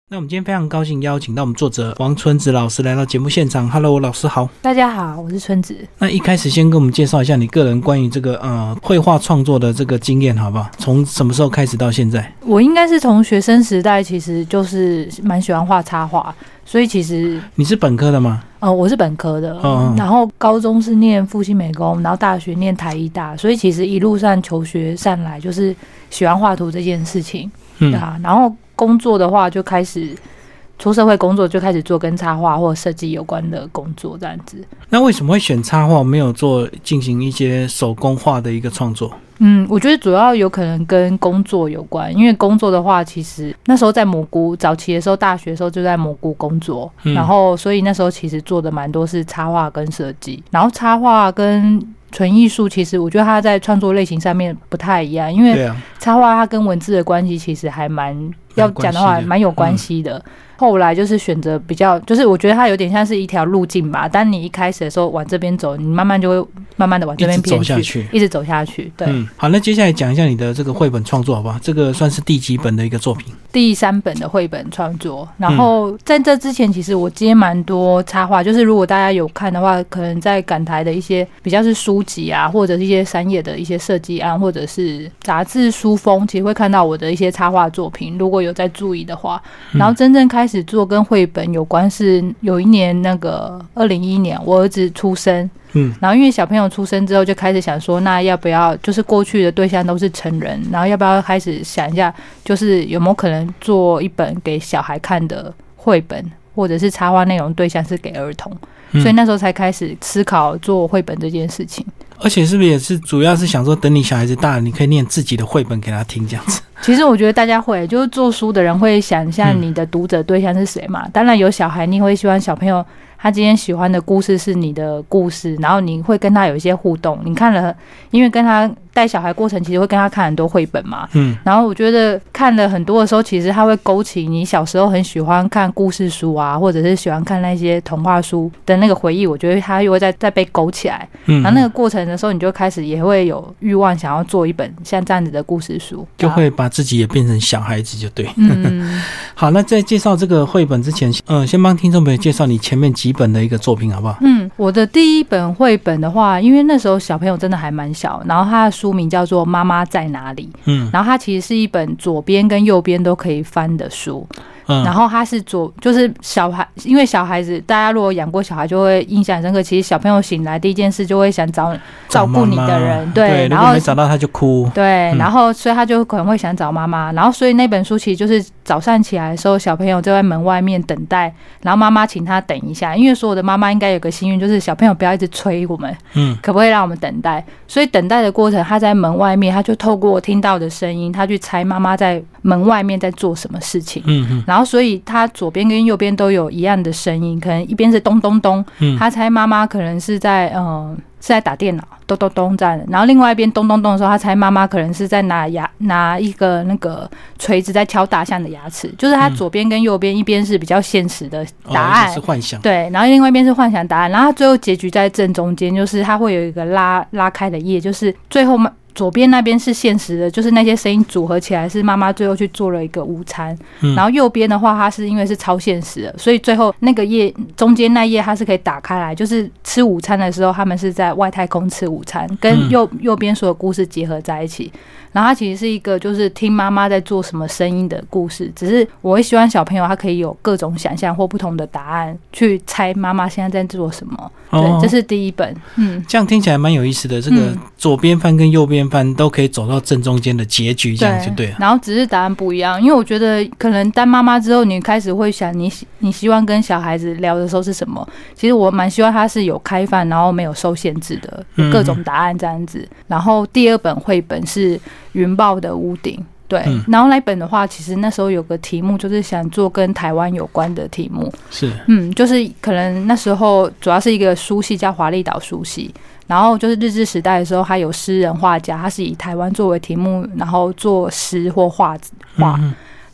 那我们今天非常高兴邀请到我们作者王春子老师来到节目现场。Hello， 老师好。 大家好，我是春子。 那一开始先跟我们介绍一下你个人关于这个绘画创作的这个经验，好不好？从什么时候开始到现在？ 我应该是从学生时代，其实就是蛮喜欢画插画，所以其实你是本科的吗？ 我是本科的，然后高中是念复兴美工，然后大学念台艺大，所以其实一路上求学上来就是喜欢画图这件事情，对啊，然后工作的话就开始出社会工作，就开始做跟插画或设计有关的工作这样子。 那为什么会选插画，没有进行一些手工画的一个创作？ 我觉得主要有可能跟工作有关，因为工作的话，其实那时候在蘑菇早期的时候，大学的时候就在蘑菇工作，然后所以那时候其实做的蛮多是插画跟设计，然后插画跟纯艺术其实我觉得它在创作类型上面不太一样，因为插画它跟文字的关系其实还要讲的话蛮有关系的。后来就是选择比较，就是我觉得它有点像是一条路径吧。当你一开始的时候往这边走，你慢慢就会慢慢的往这边偏去，一直走下去。对， 好，那接下来讲一下你的这个绘本创作好不好？这个算是第几本的一个作品？ 第3本的绘本创作。然后在这之前，其实我接蛮多插画，就是如果大家有看的话，可能在港台的一些比较是书籍啊，或者是一些商业的一些设计案，或者是杂志书封，其实会看到我的一些插画作品。如果有在注意的话，然后真正开始做跟绘本有关是有一年那个2011年我儿子出生，然后因为小朋友出生之后就开始想说，那要不要就是过去的对象都是成人，然后要不要开始想一下，就是有没有可能做一本给小孩看的绘本，或者是插画内容对象是给儿童，所以那时候才开始思考做绘本这件事情。 而且是不是也是主要是想说，等你小孩子大了，你可以念自己的绘本给他听这样子？ 其实我觉得大家会，就是做书的人会想一下你的读者对象是谁嘛。当然有小孩，你会希望小朋友他今天喜欢的故事是你的故事，然后你会跟他有一些互动。你看了，因为跟他带小孩过程，其实会跟他看很多绘本嘛。然后我觉得看了很多的时候，其实他会勾起你小时候很喜欢看故事书啊，或者是喜欢看那些童话书的那个回忆。我觉得他又会再被勾起来。然后那个过程的时候，你就开始也会有欲望想要做一本像这样子的故事书， 就会把自己也变成小孩子就对。好，那在介绍这个绘本之前，先帮听众朋友介绍你前面几本的一个作品好不好？ 我的第1本绘本的话，因为那时候小朋友真的还蛮小，然后他的书名叫做《妈妈在哪里》，然后它其实是一本左边跟右边都可以翻的书。然后它是就是小孩，因为小孩子大家如果养过小孩就会印象很深刻，其实小朋友醒来第一件事就会想找照顾你的人，对，然后如果没找到他就哭， 对，然后所以他就可能会想找妈妈，然后所以那本书其实就是早上起来的时候，小朋友就在门外面等待，然后妈妈请他等一下，因为所有的妈妈应该有个心愿，就是小朋友不要一直催我们，可不可以让我们等待？所以等待的过程，他在门外面，他就透过听到的声音，他去猜妈妈在门外面在做什么事情，然后所以他左边跟右边都有一样的声音，可能一边是咚咚咚，他猜妈妈可能是在打电脑，咚咚咚这样的，然后另外一边咚咚咚的时候，他猜妈妈可能是在拿一个那个锤子在敲大象的牙齿，就是他左边跟右边，一边是比较现实的答案， 是幻想， 对，然后另外一边是幻想答案，然后他最后结局在正中间，就是他会有一个拉开的页，就是最后左边那边是现实的，就是那些声音组合起来是妈妈最后去做了一个午餐，然后右边的话它是因为是超现实的，所以最后那个页中间那页它是可以打开来，就是吃午餐的时候他们是在外太空吃午餐，跟右边所有故事结合在一起，然后它其实是一个就是听妈妈在做什么声音的故事，只是我会希望小朋友他可以有各种想象或不同的答案去猜妈妈现在在做什么。对，这是第1本。 这样听起来蛮有意思的，这个左边翻跟右边翻都可以走到正中间的结局，这样就对了。 然后只是答案不一样，因为我觉得可能当妈妈之后，你开始会想你希望跟小孩子聊的时候是什么。其实我蛮希望他是有开放，然后没有受限制的各种答案这样子。然后第2本绘本是云豹的屋顶。对，然后那本的话，其实那时候有个题目，就是想做跟台湾有关的题目。是，就是可能那时候主要是一个书系叫华丽岛书系，然后就是日治时代的时候，他有诗人画家，他是以台湾作为题目，然后做诗或画。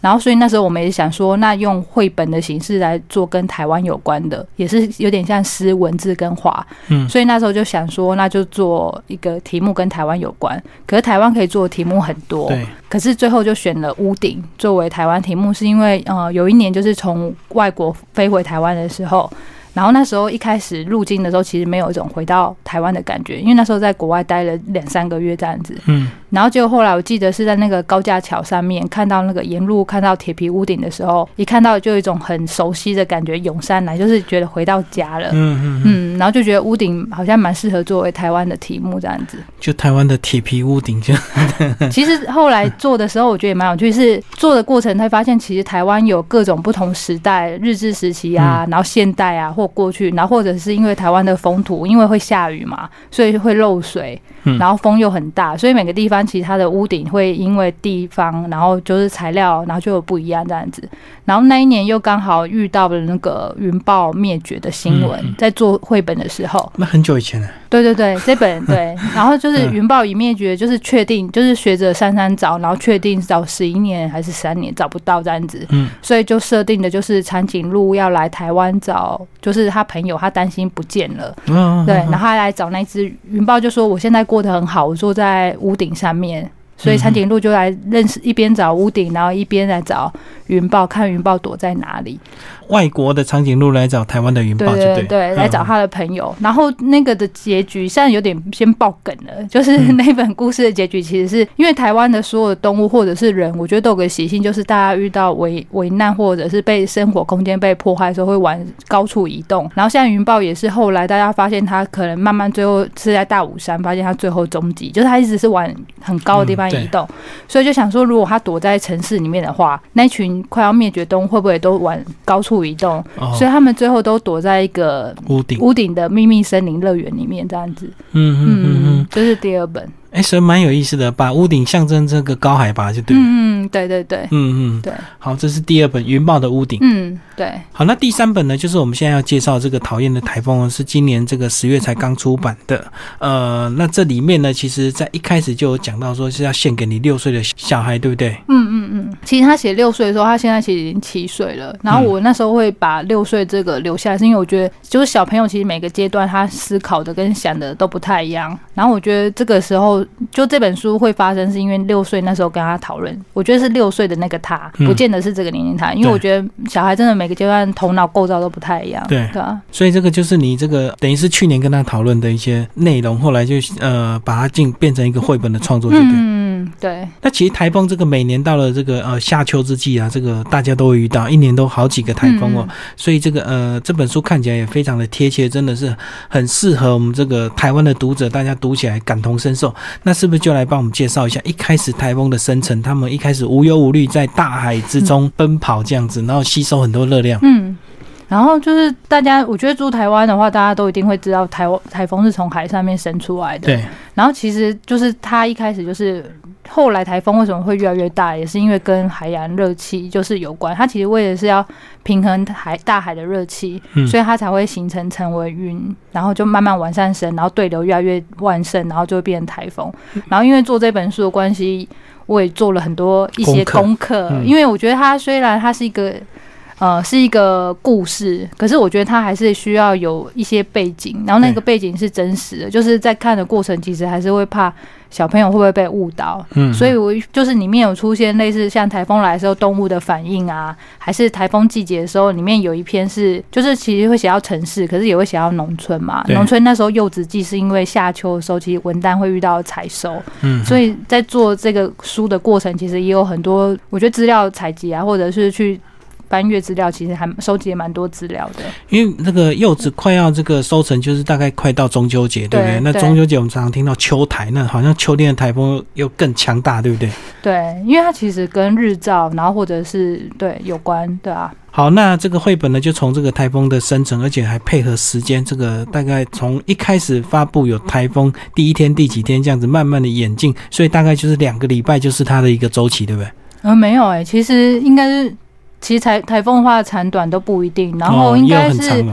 然后所以那时候我们也想说，那用绘本的形式来做跟台湾有关的，也是有点像诗文字跟画，所以那时候就想说，那就做一个题目跟台湾有关。可是台湾可以做的题目很多，对，可是最后就选了屋顶作为台湾题目，是因为有一年就是从外国飞回台湾的时候。然后那时候一开始入境的时候，其实没有一种回到台湾的感觉，因为那时候在国外待了2-3个月这样子。然后结果后来我记得是在那个高架桥上面看到那个沿路看到铁皮屋顶的时候，一看到就有一种很熟悉的感觉涌上来，就是觉得回到家了。然后就觉得屋顶好像蛮适合作为台湾的题目这样子。 就台湾的铁皮屋顶就。 其实后来做的时候，我觉得也蛮有趣，是做的过程才发现，其实台湾有各种不同时代，日治时期啊，然后现代啊，或过去，然后或者是因为台湾的风土，因为会下雨嘛，所以会漏水，然后风又很大，所以每个地方其实它的屋顶会因为地方，然后就是材料，然后就有不一样这样子。然后那一年又刚好遇到了那个云豹灭绝的新闻，在做绘本的时候， 那很久以前了。 对对对，这本对，然后就是云豹已灭绝，就是确定，就是学者上山找，然后确定找11年还是3年找不到这样子，所以就设定的就是长颈鹿要来台湾找，就是他朋友他担心不见了，对，然后他来找那只云豹，就说我现在过得很好，我坐在屋顶上面。所以长颈鹿就来认识，一边找屋顶，然后一边来找云豹，看云豹躲在哪里。 外国的长颈鹿来找台湾的云豹，就对， 对，来找他的朋友。然后那个的结局现在有点先爆梗了，就是那本故事的结局，其实是因为台湾的所有的动物或者是人，我觉得都有个习性，就是大家遇到危难或者是被生活空间被破坏的时候，会往高处移动。然后像云豹也是后来大家发现它可能慢慢最后是在大武山，发现它最后终极就是它一直是往很高的地方移动，所以就想说，如果它躲在城市里面的话，那群快要灭绝动物会不会都往高处移动？所以他们最后都躲在一个屋顶的秘密森林乐园里面，这样子。这是第2本。 所以蛮有意思的，把屋顶象征这个高海拔就对了。 对对对，对。 好，这是第2本云豹的屋顶。 对。 好，那第3本呢，就是我们现在要介绍这个讨厌的台风，是今年这个10月才刚出版的。那这里面呢，其实在一开始就有讲到说是要献给你6岁的小孩，对不对？ 其实他写6岁的时候，他现在其实已经7岁了。然后我那时候会把6岁这个留下来，是因为我觉得就是小朋友其实每个阶段他思考的跟想的都不太一样。然后我觉得这个时候就这本书会发生，是因为6岁那时候跟他讨论，我觉得是6岁的那个他，不见得是这个年龄他，因为我觉得小孩真的每个阶段头脑构造都不太一样。对啊， 所以这个就是你这个等于是去年跟他讨论的一些内容，后来就把它变成一个绘本的创作，对不对？ 对。 那其实台风这个每年到了这个夏秋之际啊，这个大家都会遇到，一年都好几个台风哦，所以这个这本书看起来也非常的贴切，真的是很适合我们这个台湾的读者，大家读起来感同身受。那是不是就来帮我们介绍一下一开始台风的生成，他们一开始无忧无虑在大海之中奔跑这样子，然后吸收很多热量。 然后就是大家，我觉得住台湾的话，大家都一定会知道台风是从海上面生出来的。对。然后其实就是它一开始就是后来台风为什么会越来越大，也是因为跟海洋热气就是有关。它其实为的是要平衡大海的热气，所以它才会形成为云，然后就慢慢往上升，然后对流越来越旺盛，然后就会变成台风。然后因为做这本书的关系，我也做了很多一些功课，因为我觉得它虽然它是一个故事，可是我觉得它还是需要有一些背景，然后那个背景是真实的，就是在看的过程其实还是会怕小朋友会不会被误导，所以我就是里面有出现类似像台风来的时候动物的反应啊，还是台风季节的时候，里面有一篇是就是其实会写到城市，可是也会写到农村嘛，农村那时候柚子季是因为夏秋的时候其实文旦会遇到采收，所以在做这个书的过程其实也有很多我觉得资料采集啊，或者是去翻阅资料，其实还收集了蛮多资料的。因为那个柚子快要这个收成，就是大概快到中秋节，对不对？那中秋节我们常常听到秋台，那好像秋天的台风又更强大，对不对？对，因为它其实跟日照，然后或者是对有关，对啊。好，那这个绘本呢，就从这个台风的生成，而且还配合时间，这个大概从一开始发布有台风第一天、第几天这样子，慢慢的演进，所以大概就是2个礼拜，就是它的一个周期，对不对？没有其实应该是。其实台风的话长短都不一定，然后应该是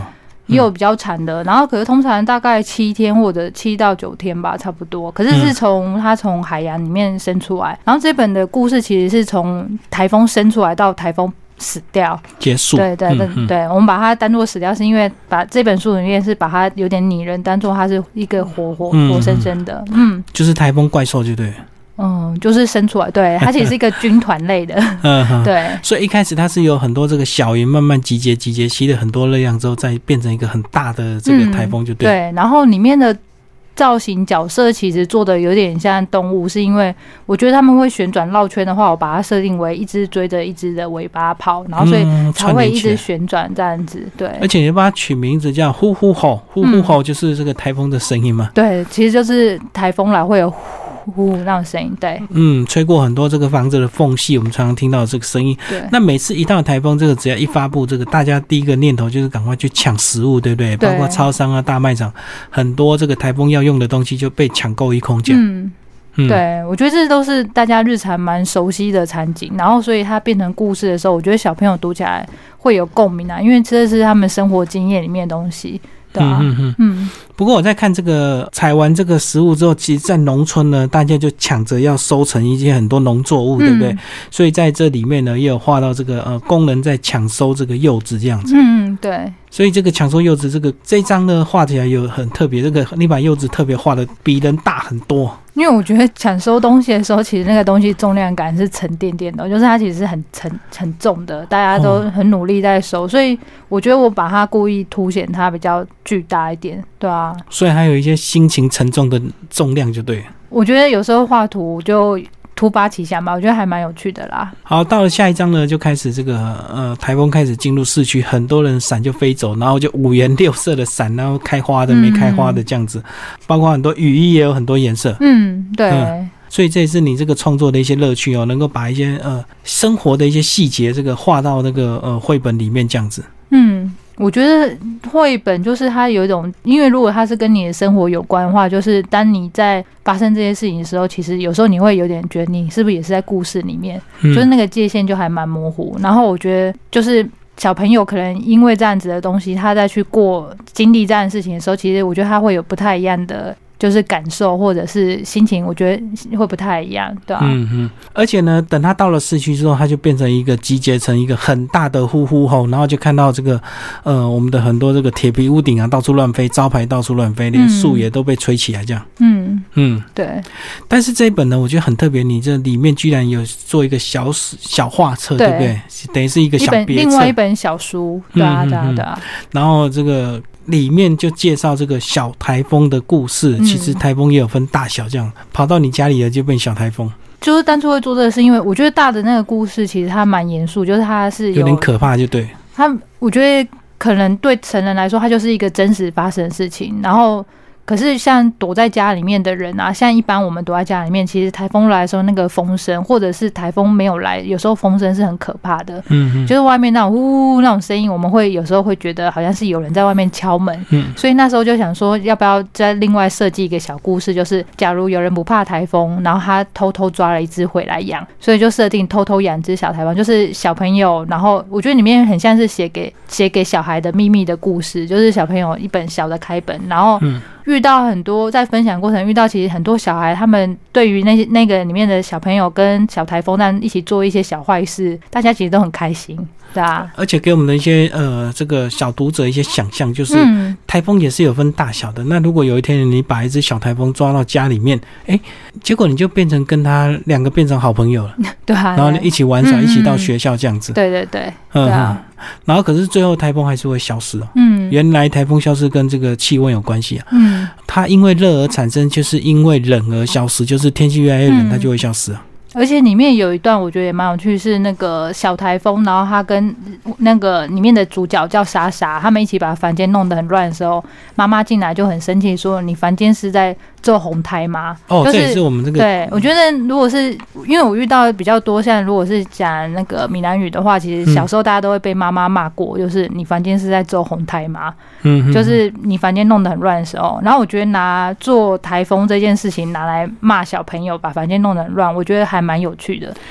也有比较长的，然后可是通常大概7天或者7到9天吧，差不多。可是是它从海洋里面生出来，然后这本的故事其实是从台风生出来到台风死掉结束。 对，我们把它当作死掉，是因为把这本书里面是把它有点拟人当作它是一个活生生的， 就是台风怪兽就对了。 就是生出来，对，它其实是一个军团类的，对。 所以一开始它是有很多这个小云慢慢集结，吸了很多热量之后，再变成一个很大的这个台风就对了。 对，然后里面的造型角色其实做的有点像动物，是因为我觉得他们会旋转绕圈的话，我把它设定为一只追着一只的尾巴跑，然后所以才会一直旋转这样子。对， 而且你把它取名字叫呼呼吼，呼呼吼就是这个台风的声音嘛。 对，其实就是台风来会有呼那种声音，对， 吹过很多这个房子的缝隙，我们常常听到这个声音。 对， 那每次一到台风，这个只要一发布，这个大家第一个念头就是赶快去抢食物，对不对？包括超商啊、大卖场，很多这个台风要用的东西就被抢购一空这样。 对，我觉得这都是大家日常蛮熟悉的场景，然后所以它变成故事的时候，我觉得小朋友读起来会有共鸣啊，因为这是他们生活经验里面的东西。对啊， 不过我在看这个采完这个食物之后，其实在农村呢，大家就抢着要收成一些很多农作物，对不对？所以在这里面呢，也有画到这个工人在抢收这个柚子这样子。 对。 所以这个抢收柚子这一张呢，画起来有很特别，这个你把柚子特别画的比人大很多。 因为我觉得抢收东西的时候，其实那个东西重量感是沉甸甸的，就是它其实是很重的，大家都很努力在收，所以我觉得我把它故意凸显它比较巨大一点，对啊。 所以还有一些心情沉重的重量就对了。 我觉得有时候画图就突发奇想吧，我觉得还蛮有趣的啦。 好，到了下一章呢，就开始这个台风开始进入市区，很多人伞就飞走，然后就5颜6色的伞，然后开花的没开花的这样子，包括很多雨衣也有很多颜色。 对。 所以这也是你这个创作的一些乐趣哦，能够把一些生活的一些细节这个画到那个绘本里面这样子。 我觉得绘本就是它有一种，因为如果它是跟你的生活有关的话，就是当你在发生这些事情的时候，其实有时候你会有点觉得你是不是也是在故事里面，就是那个界限就还蛮模糊。然后我觉得就是小朋友可能因为这样子的东西，他在去经历这样的事情的时候，其实我觉得他会有不太一样的就是感受或者是心情，我觉得会不太一样，对吧？ 而且呢，等他到了市区之后，他就变成一个集结成一个很大的呼呼吼，然后就看到这个我们的很多这个铁皮屋顶啊到处乱飞，招牌到处乱飞，连树也都被吹起来这样。对。但是这一本呢，我觉得很特别，你这里面居然有做一个小画册，对不对？等于是一个小别册， 另外一本小书，对啊。 然后这个里面就介绍这个小台风的故事，其实台风也有分大小，这样跑到你家里了就变小台风。 就是当初会做这个，是因为我觉得大的那个故事其实它蛮严肃，就是它是有点可怕，就对。 我觉得可能对成人来说，它就是一个真实发生的事情，然后。可是像躲在家里面的人啊，像一般我们躲在家里面，其实台风来的时候那个风声，或者是台风没有来，有时候风声是很可怕的。就是外面那种呼那种声音，我们会有时候会觉得好像是有人在外面敲门。所以那时候就想说，要不要再另外设计一个小故事，就是假如有人不怕台风，然后他偷偷抓了一只回来养，所以就设定偷偷养只小台风，就是小朋友。然后我觉得里面很像是写给小孩的秘密的故事，就是小朋友一本小的开本，然后。遇到很多在分享过程遇到，其实很多小孩他们对于那个里面的小朋友跟小台风但一起做一些小坏事，大家其实都很开心，对啊。 而且给我们的一些这个小读者一些想象，就是台风也是有分大小的。那如果有一天你把一只小台风抓到家里面，结果你就变成跟他两个变成好朋友了， 对啊， 然后一起玩耍，一起到学校这样子。 对，对啊。 然后可是最后台风还是会消失哦。原来台风消失跟这个气温有关系啊。它因为热而产生，就是因为冷而消失，就是天气越来越冷，它就会消失啊。 而且里面有一段我觉得也蛮有趣，是那个小台风，然后他跟那个里面的主角叫莎莎，他们一起把房间弄得很乱的时候，妈妈进来就很生气说：“你房间是在做红胎吗？” 这也是我们这个。 对，我觉得如果是因为我遇到比较多，像如果是讲那个闽南语的话，其实小时候大家都会被妈妈骂过，就是你房间是在做红胎吗？就是你房间弄得很乱的时候。然后我觉得拿做台风这件事情拿来骂小朋友，把房间弄得很乱，我觉得还蛮有趣的。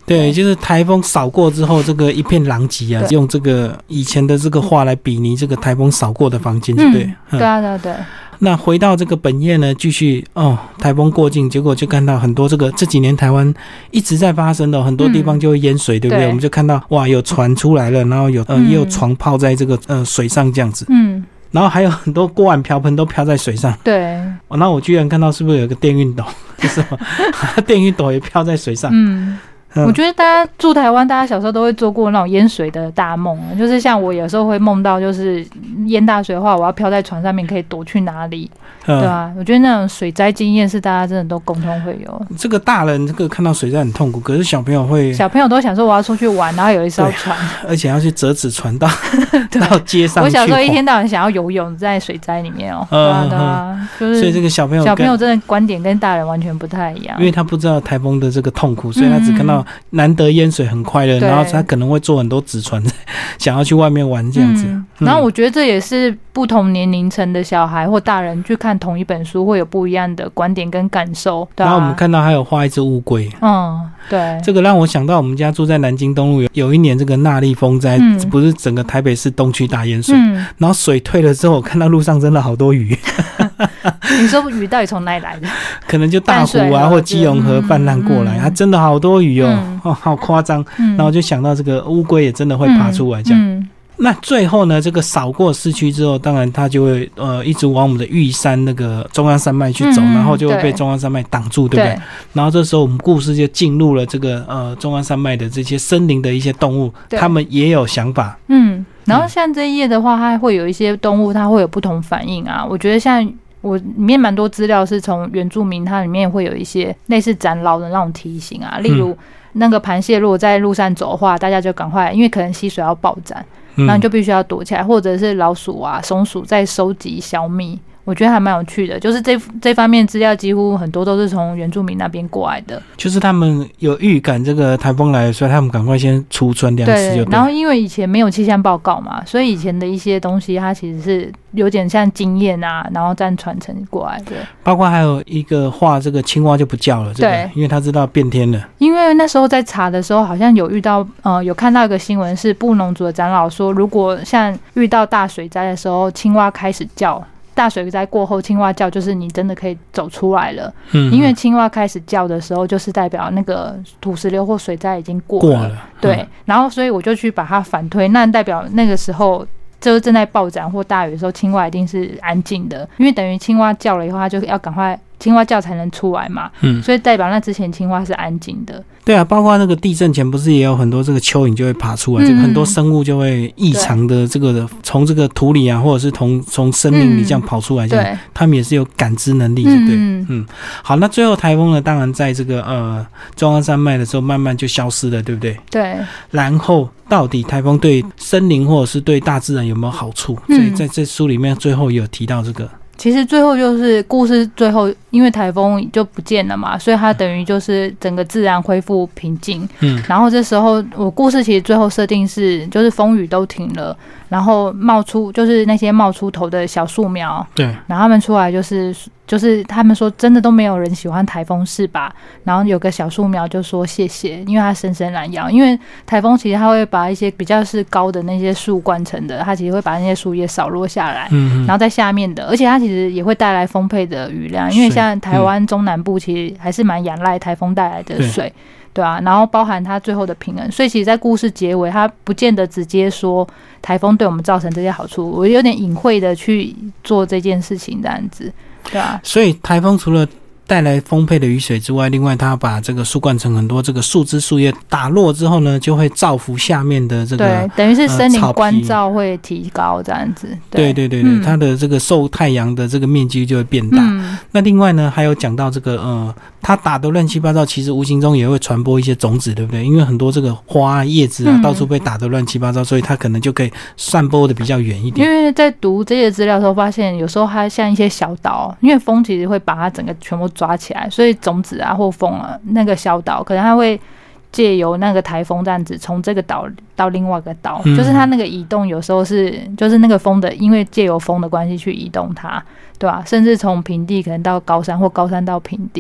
对，就是台风扫过之后，这个一片狼藉啊，用这个以前的这个话来比拟这个台风扫过的房间，对， 对啊，对啊，对。 那回到这个本页呢，继续台风过境，结果就看到很多这几年台湾一直在发生的很多地方就会淹水，对不对？我们就看到哇，有船出来了，然后也有床泡在这个水上这样子，然后还有很多锅碗瓢盆都飘在水上， 对。 然后我居然看到是不是有一个电熨斗，就是电熨斗也飘在水上， 我觉得大家住台湾，大家小时候都会做过那种淹水的大梦，就是像我有时候会梦到，就是淹大水的话，我要漂在船上面，可以躲去哪里？对啊，我觉得那种水灾经验是大家真的都共同会有。这个大人看到水灾很痛苦，可是小朋友都想说我要出去玩，然后有一艘船， 而且要去折纸船到街上去。 我小时候一天到晚想要游泳在水灾里面对啊，就是所以这个小朋友真的观点跟大人完全不太一样， 因为他不知道台风的这个痛苦，所以他只看到难得淹水很快乐，然后他可能会坐很多纸船，想要去外面玩这样子。 然后我觉得这也是不同年龄层的小孩或大人去看同一本书会有不一样的观点跟感受。对啊， 然后我们看到还有画一只乌龟， 对， 这个让我想到我们家住在南京东路，有一年这个纳莉风灾，不是整个台北市东区大淹水，然后水退了之后，我看到路上真的好多鱼。 你说鱼到底从哪里来的？ 可能就大湖啊或基隆河泛滥过来，它真的好多鱼好夸张。然后就想到这个乌龟也真的会爬出来这样。那最后呢，这个扫过市区之后，当然它就会一直往我们的玉山那个中央山脉去走，然后就会被中央山脉挡住，对不对？然后这时候我们故事就进入了这个中央山脉的这些森林的一些动物，他们也有想法。 然后像这一页的话，它会有一些动物，它会有不同反应啊。我觉得像我里面蛮多资料是从原住民，它里面会有一些类似长老的那种提醒啊，例如那个螃蟹如果在路上走的话，大家就赶快，因为可能溪水要暴涨，那你就必须要躲起来，或者是老鼠啊、松鼠在收集小米。我觉得还蛮有趣的，就是这方面资料几乎很多都是从原住民那边过来的， 就是他们有预感这个台风来了，所以他们赶快先储存粮食就对。 然后因为以前没有气象报告嘛，所以以前的一些东西它其实是有点像经验啊，然后这样传承过来的。 包括还有一个画这个青蛙就不叫了，对，因为他知道变天了。 因为那时候在查的时候，好像有遇到有看到一个新闻是布农族的长老说，如果像遇到大水灾的时候，青蛙开始叫。大水灾过后，青蛙叫就是你真的可以走出来了。因为青蛙开始叫的时候，就是代表那个土石流或水灾已经过了。对，然后所以我就去把它反推，那代表那个时候就是正在暴涨或大雨的时候，青蛙一定是安静的，因为等于青蛙叫了以后，它就要赶快。青蛙叫才能出来嘛，所以代表那之前青蛙是安静的。 对啊，包括那个地震前不是也有很多这个蚯蚓就会爬出来，这个很多生物就会异常的这个从这个土里啊，或者是从森林里这样跑出来，这样他们也是有感知能力，对，好，那最后台风呢，当然在这个中央山脉的时候慢慢就消失了，对不对？ 对。 然后到底台风对森林或者是对大自然有没有好处？所以在这书里面最后有提到这个。 其实最后就是故事最后，因为台风就不见了嘛，所以它等于就是整个自然恢复平静。然后这时候我故事其实最后设定是，就是风雨都停了，然后就是那些冒出头的小树苗，对，然后他们出来就是他们说真的都没有人喜欢台风是吧？然后有个小树苗就说谢谢，因为它伸伸懒腰，因为台风其实它会把一些比较是高的那些树灌成的，它其实会把那些树叶扫落下来，然后在下面的，而且它其实也会带来丰沛的雨量，因为像台湾中南部其实还是蛮仰赖台风带来的水。对啊，然后包含它最后的平衡，所以其实在故事结尾，它不见得直接说台风对我们造成这些好处，我有点隐晦的去做这件事情这样子，对啊。 所以台风除了带来丰沛的雨水之外，另外它把这个树冠层很多这个树枝树叶打落之后呢，就会造福下面的这个对，等于是森林关照会提高这样子。 对，它的这个受太阳的这个面积就会变大。那另外呢，还有讲到这个它打得乱七八糟，其实无形中也会传播一些种子，对不对？因为很多这个花叶子啊，到处被打得乱七八糟，所以它可能就可以散播的比较远一点。 因为在读这些资料的时候，发现有时候它像一些小岛，因为风其实会把它整个全部抓起来，所以种子啊或风啊，那个小岛可能它会借由那个台风这样子从这个岛到另外一个岛，就是它那个移动有时候是就是那个风的，因为借由风的关系去移动它，对吧？甚至从平地可能到高山或高山到平地。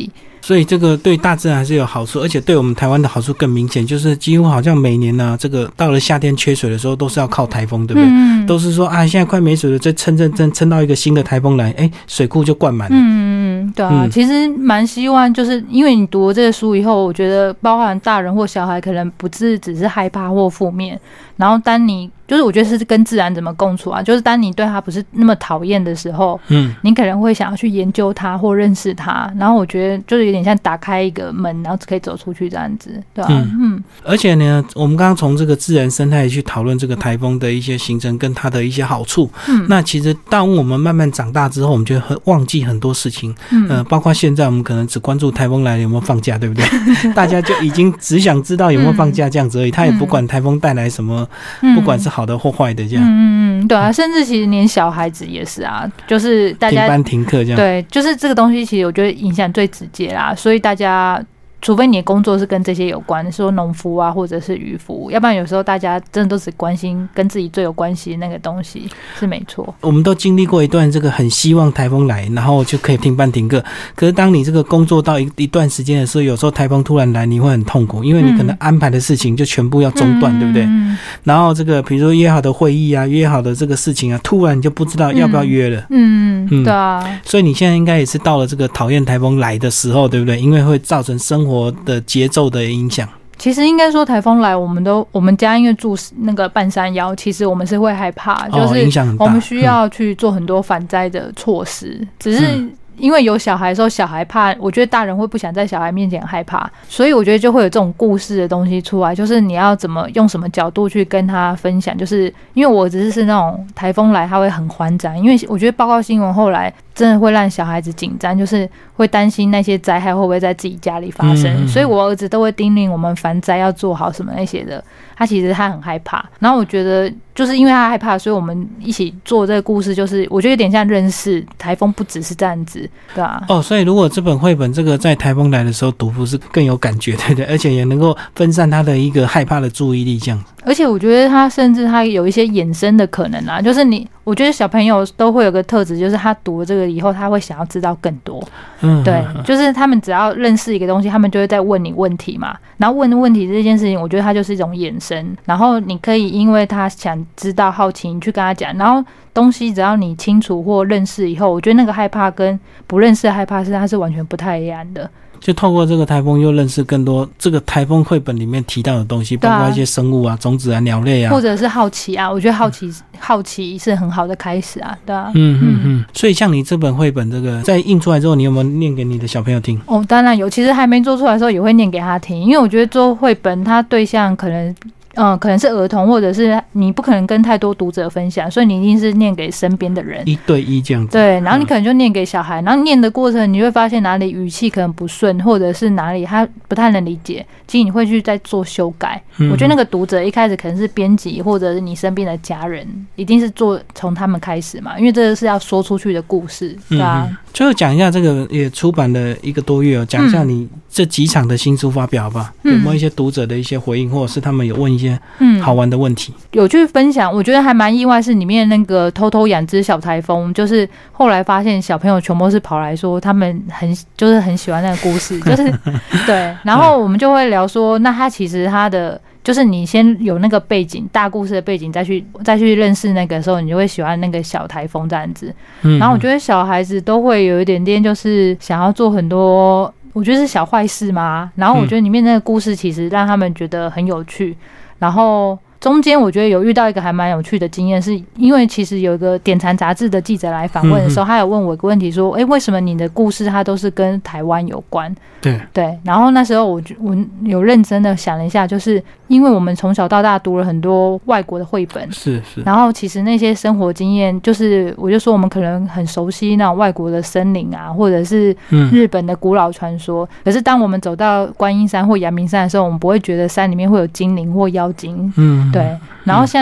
所以这个对大自然还是有好处，而且对我们台湾的好处更明显，就是几乎好像每年啊，这个到了夏天缺水的时候都是要靠台风，对不对？都是说啊，现在快没水了，再撑到一个新的台风来，水库就灌满了。 对啊，其实蛮希望，就是因为你读了这个书以后，我觉得包含大人或小孩，可能不只是害怕或负面，然后当你就是我觉得是跟自然怎么共处啊，就是当你对它不是那么讨厌的时候，你可能会想要去研究它或认识它，然后我觉得就是有点像打开一个门，然后可以走出去这样子，对吧？ 而且呢，我们刚刚从这个自然生态去讨论这个台风的一些形成跟它的一些好处，那其实当我们慢慢长大之后，我们就会忘记很多事情，包括现在我们可能只关注台风来了有没有放假，对不对？大家就已经只想知道有没有放假这样子而已，他也不管台风带来什么，不管是好的或坏的这样。 对啊，甚至其实连小孩子也是啊，就是大家停班停课这样。 对，就是这个东西其实我觉得影响最直接啦，所以大家除非你的工作是跟这些有关，说农夫啊或者是渔夫，要不然有时候大家真的都只关心跟自己最有关系的那个东西，是没错。 我们都经历过一段这个很希望台风来，然后就可以停班停课，可是当你这个工作到一段时间的时候，有时候台风突然来，你会很痛苦，因为你可能安排的事情就全部要中断，对不对？然后这个比如说约好的会议啊，约好的这个事情啊，突然你就不知道要不要约了。对啊。所以你现在应该也是到了这个讨厌台风来的时候，对不对？因为会造成生活的节奏的影响。 其实应该说台风来，我们家因为住那个半山腰，其实我们是会害怕，就是我们需要去做很多反灾的措施，只是因为有小孩的时候，小孩怕，我觉得大人会不想在小孩面前害怕，所以我觉得就会有这种故事的东西出来，就是你要怎么用什么角度去跟他分享，就是因为我只是那种台风来他会很慌张，因为我觉得报告新闻后来真的会让小孩子紧张，就是会担心那些灾害会不会在自己家里发生，所以我儿子都会叮咛我们防灾要做好什么那些的，他其实他很害怕，然后我觉得就是因为他害怕，所以我们一起做这个故事，就是我觉得有点像认识台风不只是这样子，对啊。 所以如果这本绘本这个在台风来的时候读，不是更有感觉，对不对？而且也能够分散他的一个害怕的注意力，这样。 而且我觉得他甚至他有一些衍生的可能啊，就是我觉得小朋友都会有个特质，就是他读了这个以后，他会想要知道更多。对，就是他们只要认识一个东西，他们就会再问你问题嘛。然后问问题这件事情，我觉得它就是一种衍生。然后你可以因为他想知道好奇，你去跟他讲。然后东西只要你清楚或认识以后，我觉得那个害怕跟不认识的害怕它是完全不太一样的。 就透过这个台风又认识更多这个台风绘本里面提到的东西，包括一些生物啊、种子啊、鸟类啊， 或者是好奇啊。我觉得好奇是很好的开始啊，对啊。 所以像你这本绘本这个在印出来之后，你有没有念给你的小朋友听？ 当然有，其实还没做出来的时候也会念给他听，因为我觉得做绘本它对象可能是儿童，或者是你不可能跟太多读者分享，所以你一定是念给身边的人 ，1对1这样子。 对，然后你可能就念给小孩，然后念的过程你会发现哪里语气可能不顺，或者是哪里他不太能理解，其实你会去再做修改。我觉得那个读者一开始可能是编辑或者是你身边的家人，一定是从他们开始嘛，因为这个是要说出去的故事，对啊。 最后讲一下这个也出版了1个多月讲一下你这几场的新书发表好不好？有没有一些读者的一些回应，或者是他们有问一些好玩的问题？ 有去分享，我觉得还蛮意外，是里面那个偷偷养只小台风，就是后来发现小朋友全部是跑来说他们很喜欢那个故事，就是对，然后我们就会聊说，那他其实他的。就是你先有那个背景，大故事的背景，再去认识那个时候，你就会喜欢那个小台风这样子。然后我觉得小孩子都会有一点点，就是想要做很多，我觉得是小坏事嘛。然后我觉得里面那个故事其实让他们觉得很有趣。然后中间我觉得有遇到一个还蛮有趣的经验，是因为其实有一个典藏杂志的记者来访问的时候，他有问我一个问题说，为什么你的故事它都是跟台湾有关？对，然后那时候我有认真的想了一下，就是因为我们从小到大读了很多外国的绘本， 是， 然后其实那些生活经验，就是我就说我们可能很熟悉那种外国的森林啊，或者是日本的古老传说，可是当我们走到观音山或阳明山的时候，我们不会觉得山里面会有精灵或妖精，对，然后像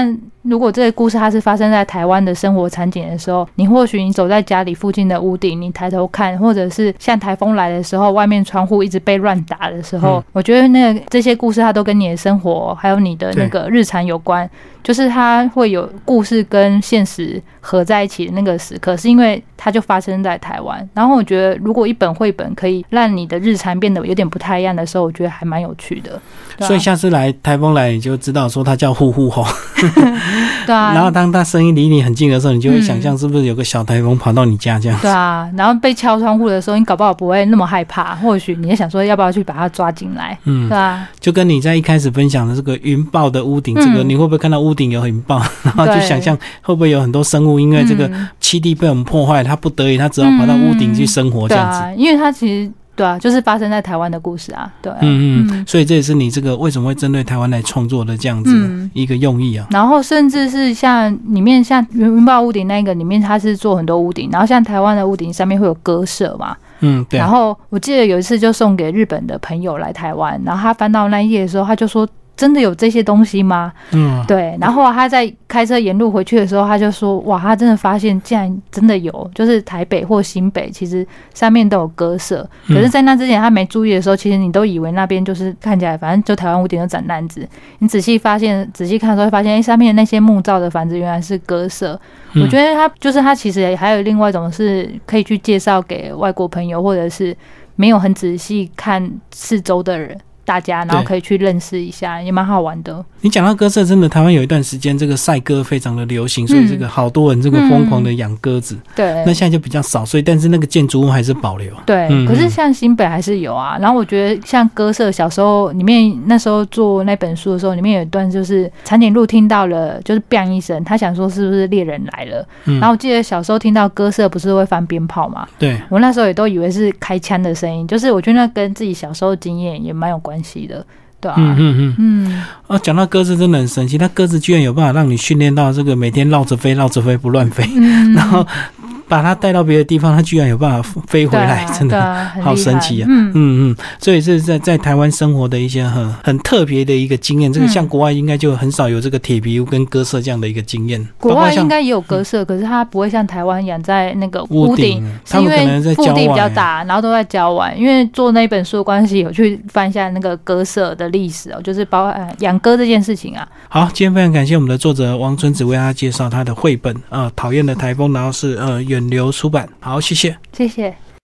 如果这个故事它是发生在台湾的生活场景的时候，你或许你走在家里附近的屋顶，你抬头看，或者是像台风来的时候，外面窗户一直被乱打的时候，我觉得这些故事它都跟你的生活还有你的那个日常有关，就是它会有故事跟现实合在一起的那个时刻，是因为它就发生在台湾。然后我觉得如果一本绘本可以让你的日常变得有点不太一样的时候，我觉得还蛮有趣的。 所以下次台风来你就知道说它叫呼呼吼对啊， 然后当它声音离你很近的时候，你就会想象是不是有个小台风跑到你家这样子。 对啊，然后被敲窗户的时候，你搞不好不会那么害怕，或许你也想说要不要去把它抓进来。对啊， 就跟你在一开始分享的这个云豹的屋顶，这个你会不会看到屋顶有云豹，然后就想象会不会有很多生物因为这个栖地被我们破坏，它不得已它只好跑到屋顶去生活这样子。 对啊，因为它其实对啊，就是发生在台湾的故事啊，对啊。 所以这也是你这个为什么会针对台湾来创作的这样子一个用意啊。 然后甚至是像里面像云豹屋顶那个里面，它是做很多屋顶，然后像台湾的屋顶上面会有鸽舍嘛。 对。 然后我记得有一次就送给日本的朋友来台湾，然后他翻到那一页的时候，他就说，真的有这些东西吗？对。然后他在开车沿路回去的时候，他就说，哇，他真的发现竟然真的有，就是台北或新北其实上面都有鸽舍。可是在那之前他没注意的时候，其实你都以为那边就是看起来反正就台湾屋顶就长那样子，你仔细看的时候会发现，上面那些木造的房子原来是鸽舍。我觉得他其实还有另外一种是可以去介绍给外国朋友，或者是没有很仔细看四周的人大家，然后可以去认识一下，也蛮好玩的。 你讲到鸽舍，真的台湾有一段时间这个赛鸽非常的流行，所以这个好多人这个疯狂的养鸽子。对，那现在就比较少，所以但是那个建筑物还是保留。对， 可是像新北还是有啊。然后我觉得像鸽舍，小时候里面那时候做那本书的时候，里面有一段就是长颈鹿听到了就是 bang 一声，他想说是不是猎人来了。然后我记得小时候听到鸽舍不是会放鞭炮嘛？对，我那时候也都以为是开枪的声音，就是我觉得那跟自己小时候经验也蛮有关系的。对啊， 讲到鸽子真的很神奇，它鸽子居然有办法让你训练到这个每天绕着飞不乱飞，然后把它带到别的地方，它居然有办法飞回来，真的好神奇啊！所以是在台湾生活的一些很特别的一个经验。这个像国外应该就很少有这个铁皮屋跟鸽舍这样的一个经验。 国外应该也有鸽舍，可是它不会像台湾养在那个屋顶， 他们可能在郊外， 腹地比较大，然后都在郊外。因为做那本书的关系，有去翻一下那个鸽舍的历史哦，就是包含养鸽这件事情啊。 好，今天非常感谢我们的作者王春子为大家介绍他的绘本讨厌的台风，然后是远流出版。好，谢谢。 谢谢。